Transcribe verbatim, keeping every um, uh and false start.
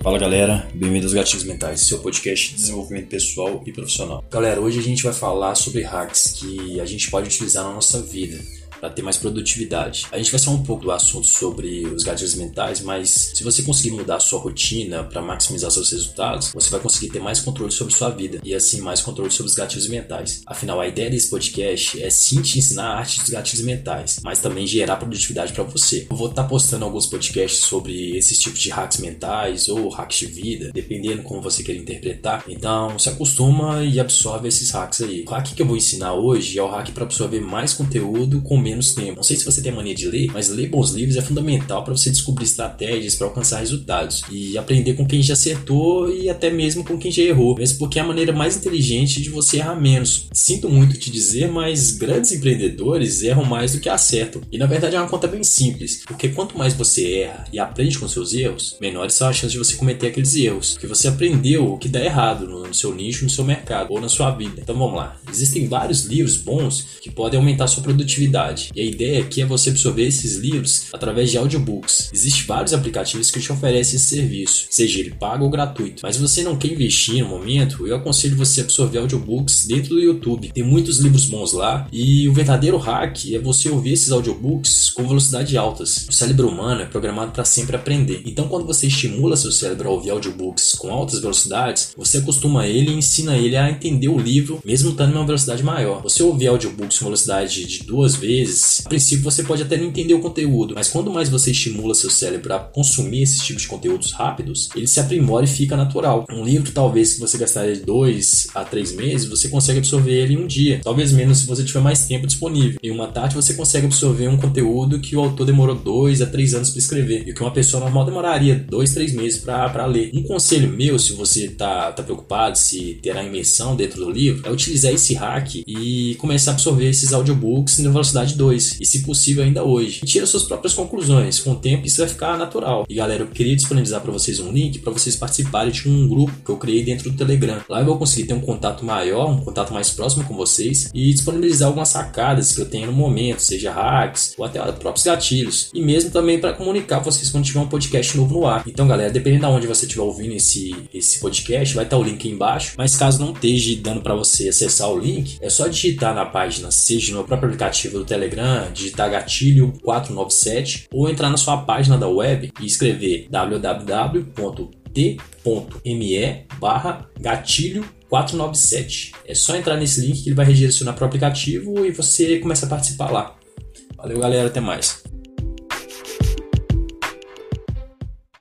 Fala galera, bem-vindos aos Gatilhos Mentais, seu podcast de desenvolvimento pessoal e profissional. Galera, hoje a gente vai falar sobre hacks que a gente pode utilizar na nossa vida para ter mais produtividade. A gente vai falar um pouco do assunto sobre os gatilhos mentais, mas se você conseguir mudar a sua rotina para maximizar seus resultados, você vai conseguir ter mais controle sobre sua vida e assim mais controle sobre os gatilhos mentais. Afinal, a ideia desse podcast é sim te ensinar a arte dos gatilhos mentais, mas também gerar produtividade para você. Eu vou estar postando alguns podcasts sobre esses tipos de hacks mentais ou hacks de vida, dependendo como você quer interpretar. Então, se acostuma e absorve esses hacks aí. O hack que eu vou ensinar hoje é o hack para absorver mais conteúdo com menos menos tempo. Não sei se você tem a mania de ler, mas ler bons livros é fundamental para você descobrir estratégias para alcançar resultados e aprender com quem já acertou e até mesmo com quem já errou, mesmo porque é a maneira mais inteligente de você errar menos. Sinto muito te dizer, mas grandes empreendedores erram mais do que acertam. E na verdade é uma conta bem simples, porque quanto mais você erra e aprende com seus erros, menores são as chances de você cometer aqueles erros, porque você aprendeu o que dá errado no seu nicho, no seu mercado ou na sua vida. Então vamos lá. Existem vários livros bons que podem aumentar sua produtividade. E a ideia aqui é você absorver esses livros através de audiobooks. Existem vários aplicativos que te oferecem esse serviço, seja ele pago ou gratuito. Mas se você não quer investir no momento, eu aconselho você a absorver audiobooks dentro do YouTube. Tem muitos livros bons lá e o verdadeiro hack é você ouvir esses audiobooks com velocidade altas. O cérebro humano é programado para sempre aprender. Então quando você estimula seu cérebro a ouvir audiobooks com altas velocidades, você acostuma ele e ensina ele a entender o livro mesmo estando em uma velocidade maior. Você ouvir audiobooks com velocidade de duas vezes, a princípio você pode até não entender o conteúdo, mas quanto mais você estimula seu cérebro a consumir esses tipos de conteúdos rápidos, ele se aprimora e fica natural. Um livro talvez que você gastaria de dois a três meses, você consegue absorver ele em um dia, talvez menos se você tiver mais tempo disponível. Em uma tarde você consegue absorver um conteúdo que o autor demorou dois a três anos para escrever, e que uma pessoa normal demoraria dois, três meses para ler. Um conselho meu, se você tá, tá preocupado se terá imersão dentro do livro, é utilizar esse hack e começar a absorver esses audiobooks na velocidade dois, e se possível ainda hoje. E tira suas próprias conclusões. Com o tempo isso vai ficar natural. E galera, eu queria disponibilizar para vocês um link para vocês participarem de um grupo que eu criei dentro do Telegram. Lá eu vou conseguir ter um contato maior, um contato mais próximo com vocês e disponibilizar algumas sacadas que eu tenho no momento, seja hacks ou até próprios gatilhos. E mesmo também para comunicar com vocês quando tiver um podcast novo no ar. Então galera, dependendo de onde você estiver ouvindo esse, esse podcast, vai estar o link aí embaixo. Mas caso não esteja dando para você acessar o link, é só digitar na página, seja no próprio aplicativo do Telegram, digitar gatilho quatrocentos e noventa e sete ou entrar na sua página da web e escrever w w w ponto t ponto m e barra gatilho quatrocentos e noventa e sete. É só entrar nesse link que ele vai redirecionar para o aplicativo e você começa a participar lá. Valeu galera, até mais.